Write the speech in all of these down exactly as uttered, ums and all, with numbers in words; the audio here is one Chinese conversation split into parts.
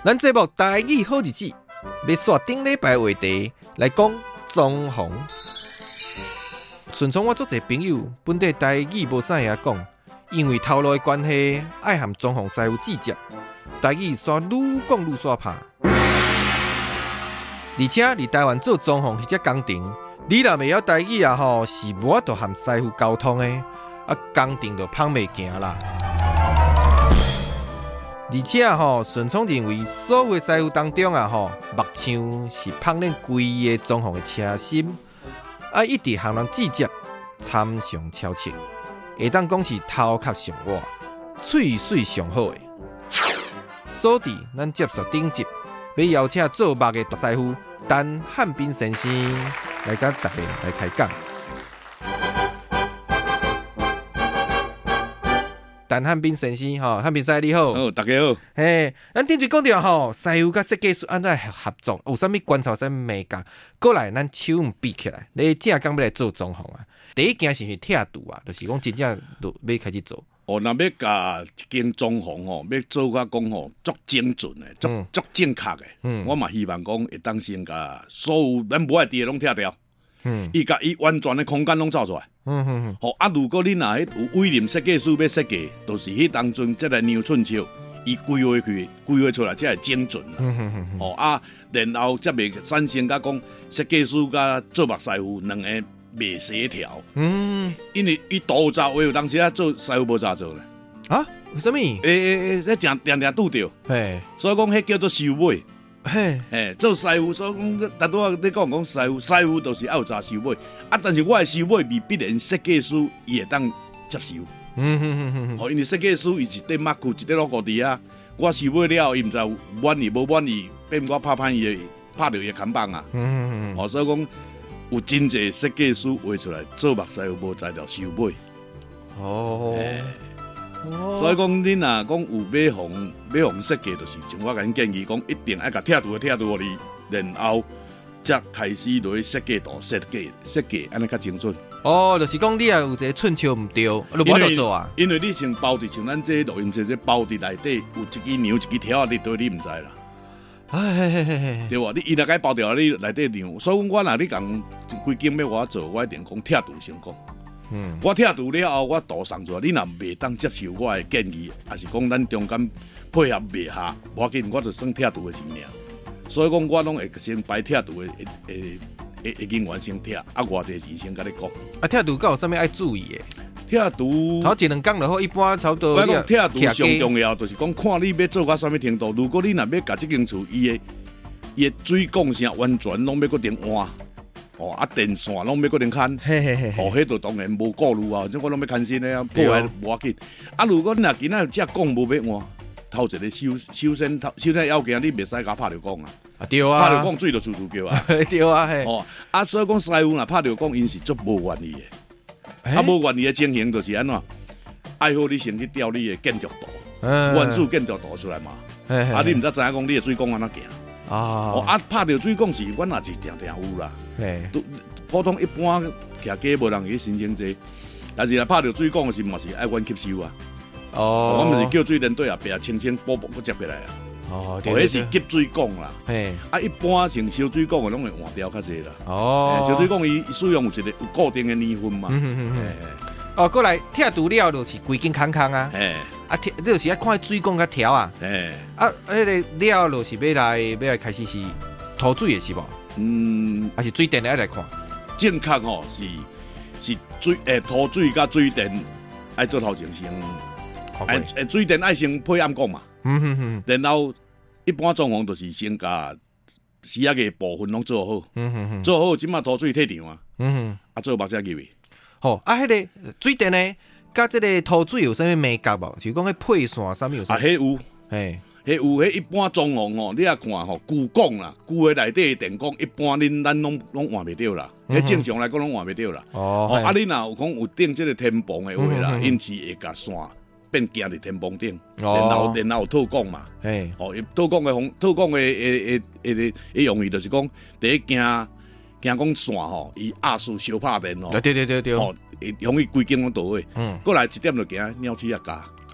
咱节目台语好日子，要刷顶礼拜话题来讲装潢。顺从我足侪朋友本地台语无啥会讲，因为头路的关系，爱和装潢师傅计较，台语煞愈讲愈煞拍。而且伫台湾做装潢迄只工程，你若袂晓台语啊吼，是无法度和师傅沟通的，啊工程就芳袂行啦。而且吼，顺聪认为所有师傅当中啊吼，目睭是烹饪规个装潢的车心，啊一直向人指接，参详超切，会当讲是头壳上活，喙水上好的。所以，咱接受顶集，要邀请做肉的大师傅陈汉斌先生来甲大家来开讲。陈汉斌先生，吼，汉斌师你好。 好，大家好。 嘿，咱顶次讲到吼，师傅甲设计师安怎合作，有啥物观察啥物美感，过来咱手唔比起来，你正讲要来做装潢啊？第一件是是拆除啊，就是讲真正就要开始做。 哦，若要甲一间装潢吼，要做甲讲吼，足精准的，足足正确的。嗯，我嘛希望讲会当先甲所有咱无爱地拢拆掉。嗯，伊甲伊完全的空间拢造出来。嗯嗯嗯。吼啊，如果你若迄有委任设计师要设计，就是迄当中即个牛寸尺，伊规划去规划出来才会精准啦。嗯嗯嗯。吼啊，然后才袂产生甲讲设计师甲做目师傅两个袂协调。嗯。因为伊图早，我有当时啊做师傅无咋做咧。 啊？为什么？诶诶诶，迄常常常拄着。嘿。所以讲，迄叫做收尾。嘿，嘿，做师傅，所以讲，大多你讲讲师傅，师傅就是要有查收尾，啊，但是我的收尾未必然设计师伊会当接受。嗯哼哼哼哼，哦，因为设计师伊一块抹具，一块 logo 伫啊，我收尾了，伊毋知有满意无满意，变我拍歹伊的，拍着伊的看板啊。嗯哼哼，哦，所以讲有真侪设计师画出来做目师傅无才调收尾。哦。所以讲，恁若讲有要红要红设计，就是像我甲恁建议讲，一定爱甲拆除的拆除你，然后才开始落去设计图设计设计，安尼较精准。 哦，就是讲你也有一个寸尺唔对，你无法度做啊。 因为你先包伫像咱这录音室这包伫内底，有一支牛一支条，你对你唔知啦。哎，对哇，你伊若该包掉你内底牛，所以我若你讲规间要我做，我一定讲拆除先讲。嗯，我拆除了后，我图送出来，你若袂当接受我的建议，还是讲咱中间配合袂下，无要紧，我就算拆除的钱尔。所以讲，我拢会先排拆除的诶诶诶人员先拆，啊，偌济钱先甲你讲。 啊，拆除有啥物爱注意的？ 拆除头一两工就好，一般差不多。 我讲拆除上重要，就是讲看你要做到啥物程度。如果你若要甲这间厝伊的伊的水管啥完全拢要搁点换。哦，啊，电线拢要搁点牵，哦，迄度当然无顾虑啊，即我拢要牵新的啊，破坏无要紧。啊，如果你若今仔只讲无要换，头一个修修身头修身要件，你袂使甲拍着讲啊。啊，对啊，拍着讲水就处处叫啊。 对啊，嘿。 哦，啊，所以讲师傅若拍着讲，因是足无愿意的。啊，无愿意的情形就是安怎？爱好你先去调你的建筑图，原始建筑图出来嘛。啊，你毋知知影讲你的水管安怎行？哦，啊，拍着水管是，阮也是定定有啦。普通一般徛街无人去申请这，但是若拍着水管是嘛是爱阮吸收啊。哦，我们是叫水电队啊，白清清补补接起来啊。哦，迄是吸水管啦。嘿，啊，一般像修水管的拢会换掉较济啦。哦，修水管伊使用有一个有固定的年份嘛。嗯嗯嗯。 哦，过来拆除了就是规间空空啊。嘿。啊，你就是爱看水管甲条啊，诶，啊，迄个了就是要来要来开始是涂水的是无？嗯，还是水电的爱来看？ 正确吼是是水诶涂水甲水电爱做头前先，诶诶水电爱先配暗讲嘛，嗯哼哼，然后一般装潢就是先甲死仔个部分拢做好，嗯哼哼，做好即马涂水退场啊，嗯哼，啊做目遮入去， 好啊，迄个水电呢？甲即个涂水有啥物美感无？就讲迄配线啥物有啥？ 啊，迄有，嘿，迄有，迄一般装潢吼，你也看吼，旧管啦，旧的内底的电管，一般恁咱拢拢换袂着啦。迄、嗯、正常来讲拢换袂着啦。哦，哦啊，你若有讲有顶即个天棚的话啦，因是会甲线变行伫天棚顶，然后然后有套管嘛。嘿，哦，套管的方，套管的诶诶诶诶用意就是讲，第一惊惊讲线吼，伊压缩小拍电吼。 对对对对。哦， 容易规间拢倒位，嗯，过来一点就行鸟鼠啊加，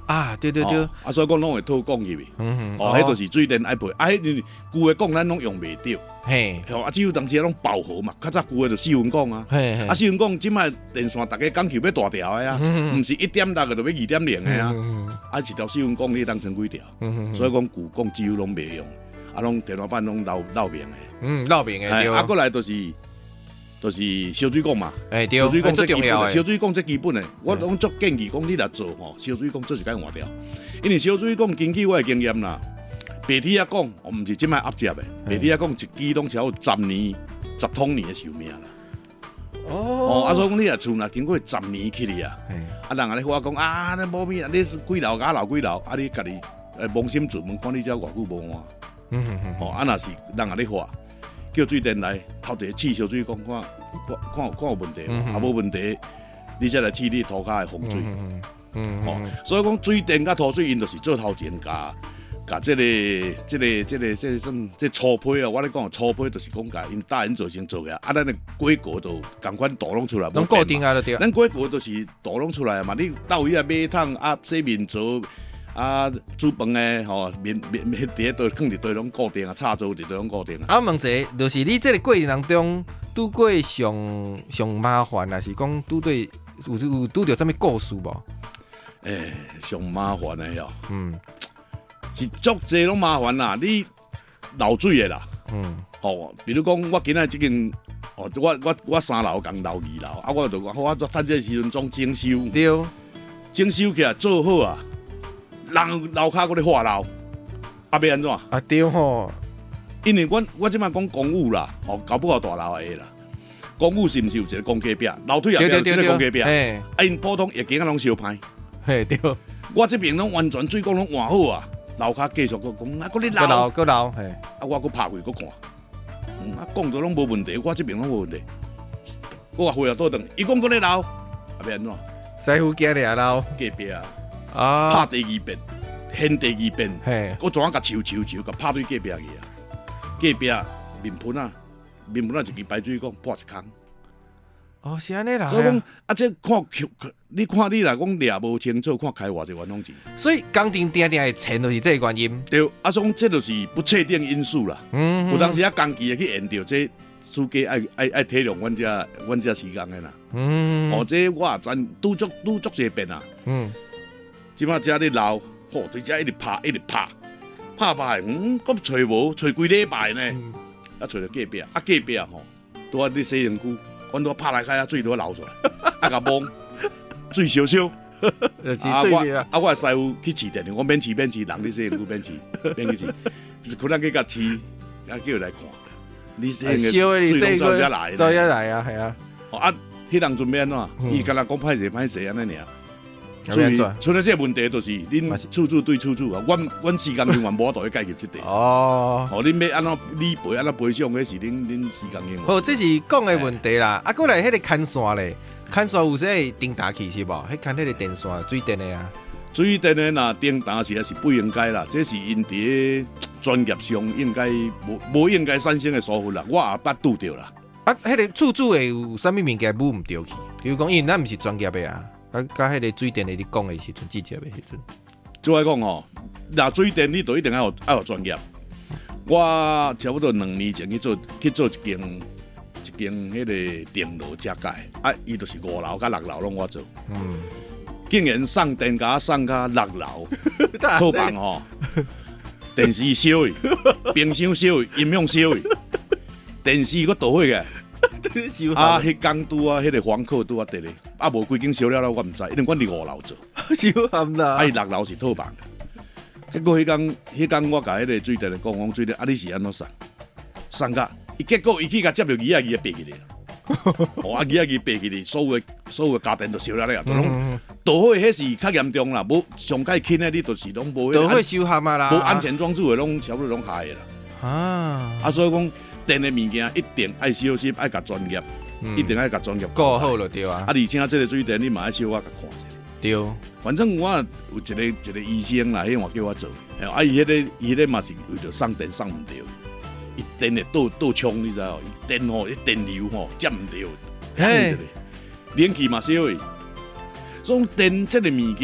啊，对对对， 哦、啊，所以讲拢会套讲入去。嗯哦，迄、哦、就是水电爱配，啊，迄旧的讲咱拢用袂着。嘿，啊，只有当时拢爆荷嘛，较早旧的就四分讲啊。嘿嘿啊，四分讲即摆电线大家讲求要大条的啊，毋、嗯、是一点六个就要二点零的啊。嗯、啊，一条四分讲你当成几条？嗯、所以讲旧讲几乎拢袂用，啊，拢天花板拢漏漏面的。嗯， 漏面的对。 啊，过来就是。就是烧水讲嘛， 哎、欸， 烧水讲最基本的， 烧水讲最基本的，我拢足建议讲你来做吼，烧水讲做是该换掉，因为烧水讲根据我的经验啦，白铁啊讲，我唔是即摆压接的，白铁啊讲一支拢超十年、十通年的寿命啦。哦，哦，啊，所以讲你啊厝若经过十年起哩啊，啊，人啊咧话讲啊，你无咩，你是几楼加楼几楼，啊，你家己诶扪心自问，看你只偌久无换，嗯嗯嗯，哦，啊，若是人啊咧话。叫水电来头一试烧水讲看看看看有问题，啊无、嗯、问题，你再来试你涂骹的风水。嗯嗯嗯、哦，所以讲水电甲土水因就是做头前加加这个这个这个这个算这初胚啊，我咧讲初胚就是讲甲因大人做先做呀，啊咱的规格就共款导拢出来。 拢固定啊，就对。 咱规格就是导拢出来嘛，你到伊啊马桶啊洗面槽。啊，煮饭诶，吼面面迄底都放伫堆拢固定啊，插座伫堆拢固定啊。 啊，问者就是你这个过程当中，拄过上上麻烦，还是讲拄对有有拄着啥物故事无？ 诶、欸，上麻烦诶哟，嗯，是足济拢麻烦啦，你漏水诶啦，嗯，吼，比如讲我今仔即间，哦，我我我三楼共漏二楼，啊，我就我我趁这时阵总整修， 对， 整修起来做好啊。人楼骹嗰啲化漏，啊要安怎？ 啊对吼， 因为我我即摆讲公务啦，哦搞不好大楼诶啦。公务是毋是有一个公家壁？楼梯也有一个公家壁。哎，啊因普通夜景啊拢烧歹。 嘿对。 我这边拢完全水管拢换好啊，楼骹继续佮讲啊，嗰啲漏，嗰漏，嘿。 啊我佮拍开佮看，嗯啊讲到拢无问题，我这边拢无问题。我话回来倒转，伊讲嗰啲漏，啊要安怎？ 师傅惊你啊漏， 隔壁啊。啊！拍第二遍，掀第二遍，我怎啊甲抽抽抽，甲拍对隔壁去啊！隔壁面盆啊，面盆啊，一支排水管破一空。 哦，是安尼啦。 所以讲啊，这看你看你来讲掠无清楚，看开偌侪冤枉钱。 所以工程定定会钱就是这个原因。 对，啊，所以讲这就是不确定因素啦。嗯。有当时啊，工期会去验到这司机爱爱爱体谅阮遮阮遮时间的啦。嗯。哦，这我也真拄足拄足侪遍啊。嗯。即摆遮咧漏，吼，对遮一直拍，一直拍，拍拍，嗯，佮找无，找几礼拜呢？嗯、啊，找到隔壁，啊，隔壁吼，拄啊咧洗身躯，阮拄拍来开啊，水都流出来，啊，甲摸，水烧烧，啊，我啊，我师傅去饲电，我免饲免饲，人咧洗身躯免饲，免去饲，就是可能去甲饲，啊，叫伊来看，你洗身躯水拢走遮来， 走遮来啊，系啊， 啊，迄人阵要安怎？伊敢若讲歹势歹势安尼尔。所以，出了这个问题就是恁处处对处处啊，阮阮时间永远无法度去解决这题。哦，哦，恁要安怎理赔，安怎赔偿，迄是恁恁时间永远。 好，这是讲的问题啦。啊，过来迄个牵线咧，牵线有说灯打器是无？迄牵迄个电线水电的啊。 水电的那灯打是是不应该啦，这是因伫专业上应该无无应该产生的疏忽啦，我也捌拄着啦。 啊，迄个处处会有啥物物件补唔掉去？比如讲，因为咱毋是专业的啊。啊，甲迄个水电的你讲的时阵，直接的时阵， 做来讲吼，那水电你都一定要有要有专业。我差不多两年前去做去做一间一间迄个电炉加盖，啊，伊就是五楼甲六楼拢我做。嗯，竟然送电甲送甲六楼，套房吼，电视烧去，冰箱烧去，音响烧去，电视佫倒火个。啊！迄工拄啊，迄个房客拄啊得咧，啊无几间烧了了，我毋知，因为阮伫五楼做， 烧含啦。 啊，伊六楼是套房。结果迄工迄工我甲迄个水电的讲讲水电，啊你是安怎送？送甲伊结果伊去甲接着椅啊椅啊爬起来，哦啊椅啊椅爬起来，所有的所有的家电都烧了了，都拢倒火，迄是较严重啦。无上介轻的，你就是拢无。 倒火烧含啊啦， 无安全装置的拢差不多拢害的啦。啊啊，所以讲。电的物件一定爱小心，爱甲专业，嗯、一定爱甲专业顾好了对啊。 啊，而且这个水电你嘛爱小我甲看者。 对， 反正我有一个一个医生啦，迄我叫我做，啊，伊迄个伊迄个嘛是为着送电送唔到，伊电会倒倒冲，你知道？伊电吼，伊电流吼接唔到，嘿，冷气嘛烧去，所以电这个物件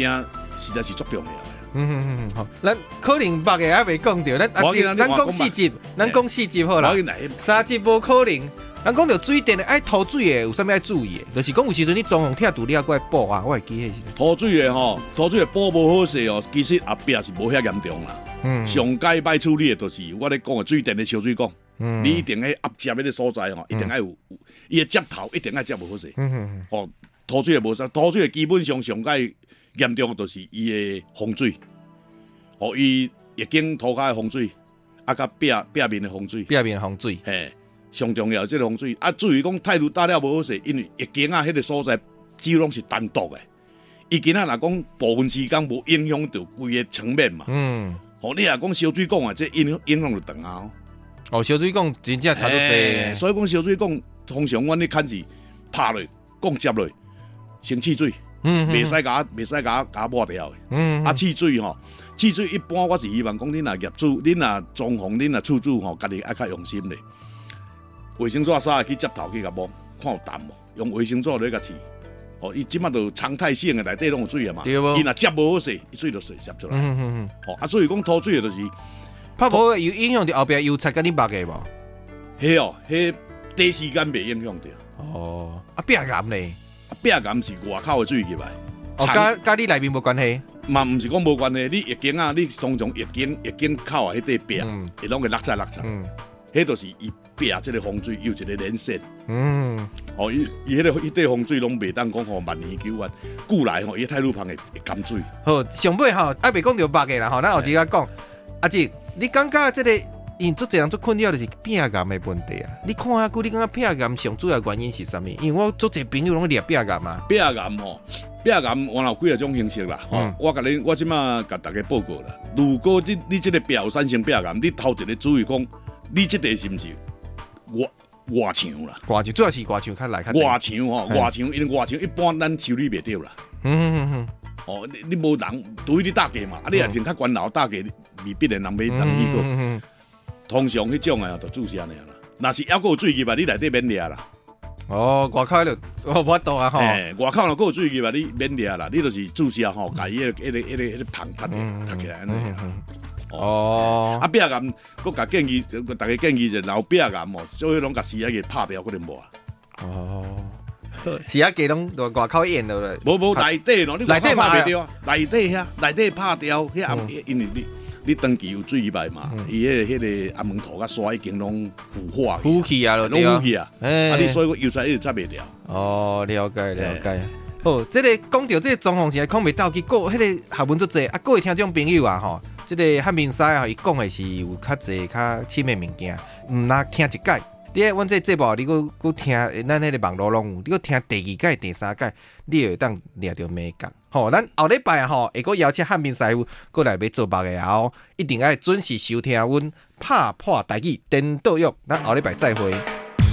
实在是足重要的。 嗯嗯嗯嗯，好，咱可能别个还未讲到，咱啊，咱讲四集，咱讲四集好啦，三集无可能。咱讲到水电的爱拖水的，有啥物爱注意的？就是讲有时阵你装潢拆除，你还过来补啊，我会记迄时。 拖水的吼，拖水的补无好势哦，其实后壁是无遐严重啦。嗯，上该歹处理的就是我咧讲的水电的小水管，嗯，你一定喺压接迄个所在吼，一定爱有，伊的接头一定爱接无好势。嗯嗯哦，拖水的无啥，拖水的基本上上该严重的就是伊的风水，哦，伊液经涂骹的风水，啊，甲壁壁面的风水， 壁面的风水， 嘿。上重要即个风水啊，至于讲态度打了无好势，因为一间啊，迄个所在只拢是单独的，伊今仔若讲部分时间无影响到规个层面嘛。嗯，哦，你若讲小水管啊，这影影响就长啊。 哦，小水管真正差足济， 所以讲小水管通常阮咧看是拍落、管接落，先试水，嗯，袂使甲袂使甲甲抹掉的。嗯，啊，试水吼，试水一般我是希望讲恁若业主、恁若装潢、恁若厝主吼，家己爱较用心咧。卫生纸撒去接头去甲摸，看有淡无？用卫生纸来甲试。哦，伊即马都常态性的内底拢有水啊嘛。对无？伊若接无好势，伊水就水渗出来。嗯嗯嗯。哦，啊，所以讲拖水的就是， 拍无有影响到后壁油漆甲你抹的无？ 嘿哦，迄短时间袂影响到。 哦，啊壁岩咧？ 啊壁岩是外口的水入来。 哦，甲甲你内面无关系？ 嘛，毋是讲无关系，你液经啊，你通常液经液经口啊，迄块壁，会拢会落在落在。嗯。迄就是伊壁即个风水有一个连线，嗯，哦，伊伊迄个迄块风水拢袂当讲吼万年久远，久来吼伊太路旁会会减水。 好，上尾吼还袂讲到白个啦吼，咱后一个讲，阿姐，你感觉即个因足侪人足困扰就是壁岩的问题啊？你看下久，你感觉壁岩上主要原因是啥物？因为我足侪朋友拢掠壁岩啊。 壁岩吼，壁岩原来有几个种形式啦，吼、嗯，我甲你我即马甲大家报告啦。如果你你即个壁有产生壁岩，你头一个注意讲。你这地是不是外外墙啦？ 外墙主要是外墙较来较。 外墙吼，外墙因为外墙一般咱修理袂到啦。嗯嗯嗯。哦，你你无人对你搭架嘛？啊，你也先较悬楼搭架，未必人人买人伊个。嗯嗯。通常迄种啊，就注射尔啦。若是还佫有水入啊，你内底免掠啦。 哦，外口就我无懂啊吼。 诶，外口若佫有水入啊，你免掠啦，你就是注射吼，甲伊迄个迄个迄个迄个棚塌起塌起来安尼啊。哦，啊壁岩，我甲建议，大家建议就老壁岩哦，所以拢甲视野给拍掉，可能无啊。哦， 视野给拢外口演了， 无无内底咯，你内底拍袂掉啊，内底遐，内底拍掉，遐暗，因为你你长期有水入来嘛，伊迄个迄个暗门涂甲刷已经拢腐化， 腐去啊， 拢腐去啊，啊你所以油彩一直擦袂掉。 哦，了解了解。哦，这个讲到这个装潢是讲袂到，结果迄个学问足济，啊，各位听众朋友啊，吼。即个汉明师啊，伊讲的是有较侪较深的物件，毋若听一解。你阮这节目，你搁搁听，咱迄个网络拢有，你搁听第二解、第三解，你会当掠到美感。吼，咱后礼拜吼会搁邀请汉明师傅过来要做白的后，一定要准时收听阮拍破台语颠倒约，咱后礼拜再会。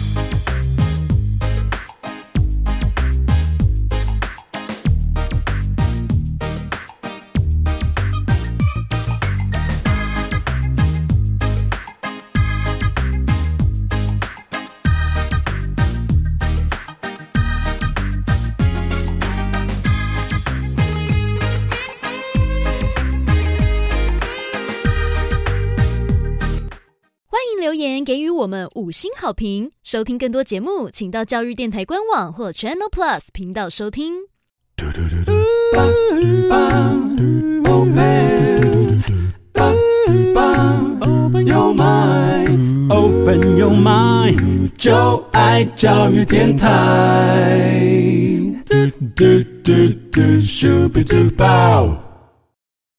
留言给予我们五星好评，收听更多节目，请到教育电台官网或 Channel Plus 频道收听。Open your mind, open your mind， 就爱教育电台。